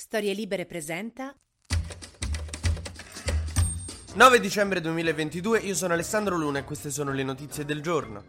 Storie Libere presenta 9 dicembre 2022, io sono Alessandro Luna e queste sono le notizie del giorno.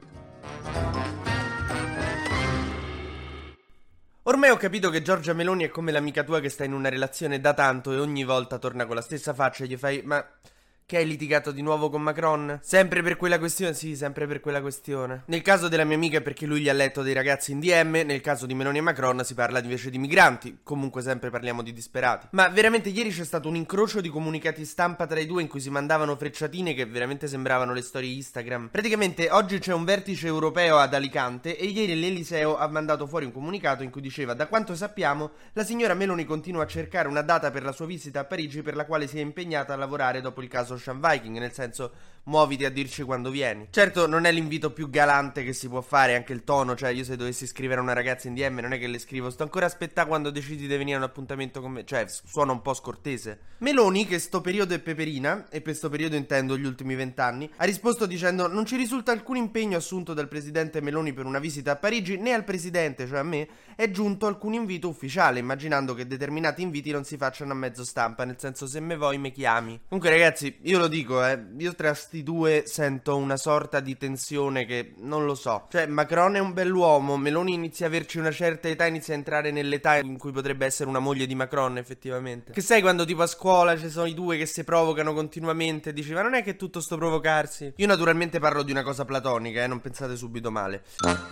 Ormai ho capito che Giorgia Meloni è come l'amica tua che sta in una relazione da tanto e ogni volta torna con la stessa faccia e gli fai: ma che hai litigato di nuovo con Macron? Sempre per quella questione? Sì, sempre per quella questione. Nel caso della mia amica è perché lui gli ha letto dei ragazzi in DM, nel caso di Meloni e Macron si parla invece di migranti, comunque sempre parliamo di disperati. Ma veramente ieri c'è stato un incrocio di comunicati stampa tra i due in cui si mandavano frecciatine che veramente sembravano le storie Instagram. Praticamente oggi c'è un vertice europeo ad Alicante e ieri l'Eliseo ha mandato fuori un comunicato in cui diceva: da quanto sappiamo la signora Meloni continua a cercare una data per la sua visita a Parigi per la quale si è impegnata a lavorare dopo il caso Ocean Viking, nel senso, muoviti a dirci quando vieni. Certo, non è l'invito più galante che si può fare, anche il tono, cioè io se dovessi scrivere a una ragazza in DM non è che le scrivo: sto ancora aspettando quando decidi di venire a un appuntamento con me, cioè suona un po' scortese. Meloni, che sto periodo è peperina, e per sto periodo intendo gli ultimi 20 anni, ha risposto dicendo: non ci risulta alcun impegno assunto dal presidente Meloni per una visita a Parigi, né al presidente, cioè a me, è giunto alcun invito ufficiale, immaginando che determinati inviti non si facciano a mezzo stampa, nel senso, se me vuoi me chiami. Comunque ragazzi, io lo dico, io tra sti due sento una sorta di tensione che non lo so. Cioè, Macron è un bell'uomo, Meloni inizia a averci una certa età, inizia a entrare nell'età in cui potrebbe essere una moglie di Macron, effettivamente. Che sai quando tipo a scuola ci sono i due che si provocano continuamente e dici: ma non è che tutto sto provocarsi? Io naturalmente parlo di una cosa platonica, non pensate subito male.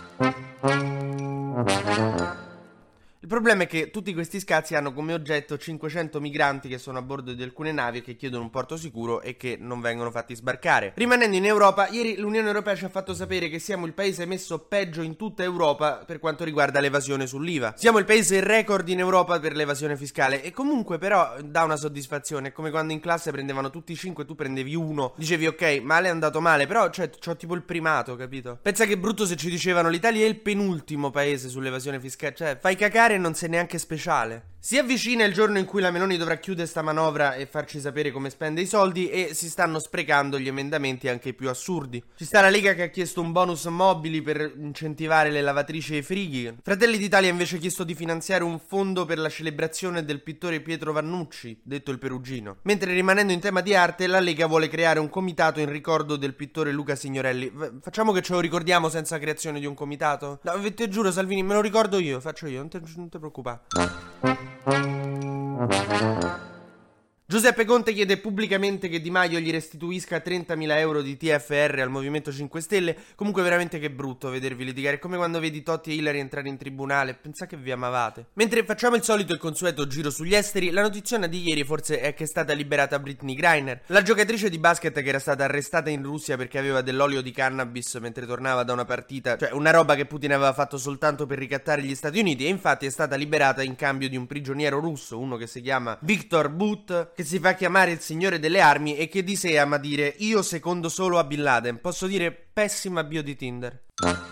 Il problema è che tutti questi scazzi hanno come oggetto 500 migranti che sono a bordo di alcune navi e che chiedono un porto sicuro e che non vengono fatti sbarcare. Rimanendo in Europa, ieri l'Unione Europea ci ha fatto sapere che siamo il paese messo peggio in tutta Europa per quanto riguarda l'evasione sull'IVA. Siamo il paese record in Europa per l'evasione fiscale e comunque però dà una soddisfazione. È come quando in classe prendevano tutti 5 e tu prendevi 1. Dicevi: ok, male è andato male, però cioè c'ho tipo il primato, capito? Pensa che brutto se ci dicevano l'Italia è il penultimo paese sull'evasione fiscale. Cioè, fai cacare e non sei neanche speciale. Si avvicina il giorno in cui la Meloni dovrà chiudere sta manovra e farci sapere come spende i soldi e si stanno sprecando gli emendamenti anche più assurdi. Ci sta la Lega che ha chiesto un bonus mobili per incentivare le lavatrici e i frighi. Fratelli d'Italia invece ha chiesto di finanziare un fondo per la celebrazione del pittore Pietro Vannucci, detto il Perugino. Mentre, rimanendo in tema di arte, la Lega vuole creare un comitato in ricordo del pittore Luca Signorelli. Facciamo che ce lo ricordiamo senza creazione di un comitato? No, te giuro Salvini, me lo ricordo io, faccio io, non te preoccupare. Giuseppe Conte chiede pubblicamente che Di Maio gli restituisca 30.000 euro di TFR al Movimento 5 Stelle. Comunque veramente che brutto vedervi litigare, è come quando vedi Totti e Hillary entrare in tribunale, pensa che vi amavate. Mentre facciamo il solito e consueto giro sugli esteri, la notizia di ieri forse è che è stata liberata Britney Griner, la giocatrice di basket che era stata arrestata in Russia perché aveva dell'olio di cannabis mentre tornava da una partita, cioè una roba che Putin aveva fatto soltanto per ricattare gli Stati Uniti, e infatti è stata liberata in cambio di un prigioniero russo, uno che si chiama Viktor But, che si fa chiamare il signore delle armi e che di sé ama dire: io secondo solo a Bin Laden. Posso dire pessima bio di Tinder.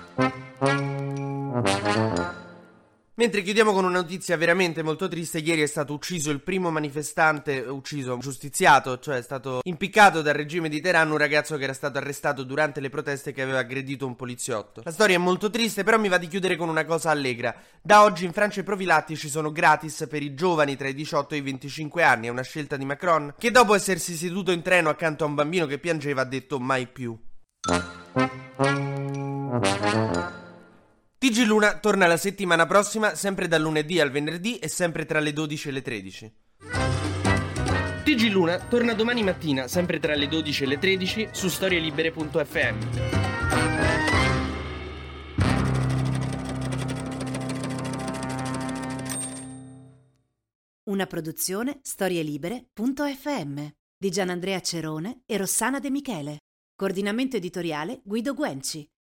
Mentre chiudiamo con una notizia veramente molto triste. Ieri è stato ucciso il primo manifestante, giustiziato, cioè è stato impiccato dal regime di Teheran, un ragazzo che era stato arrestato durante le proteste che aveva aggredito un poliziotto. La storia è molto triste, però mi va di chiudere con una cosa allegra. Da oggi in Francia i profilattici sono gratis per i giovani tra i 18 e i 25 anni, è una scelta di Macron, che dopo essersi seduto in treno accanto a un bambino che piangeva ha detto mai più. TG Luna torna la settimana prossima, sempre dal lunedì al venerdì e sempre tra le 12 e le 13. TG Luna torna domani mattina, sempre tra le 12 e le 13, su storielibere.fm. Una produzione storielibere.fm di Gianandrea Cerone e Rossana De Michele. Coordinamento editoriale Guido Guenci.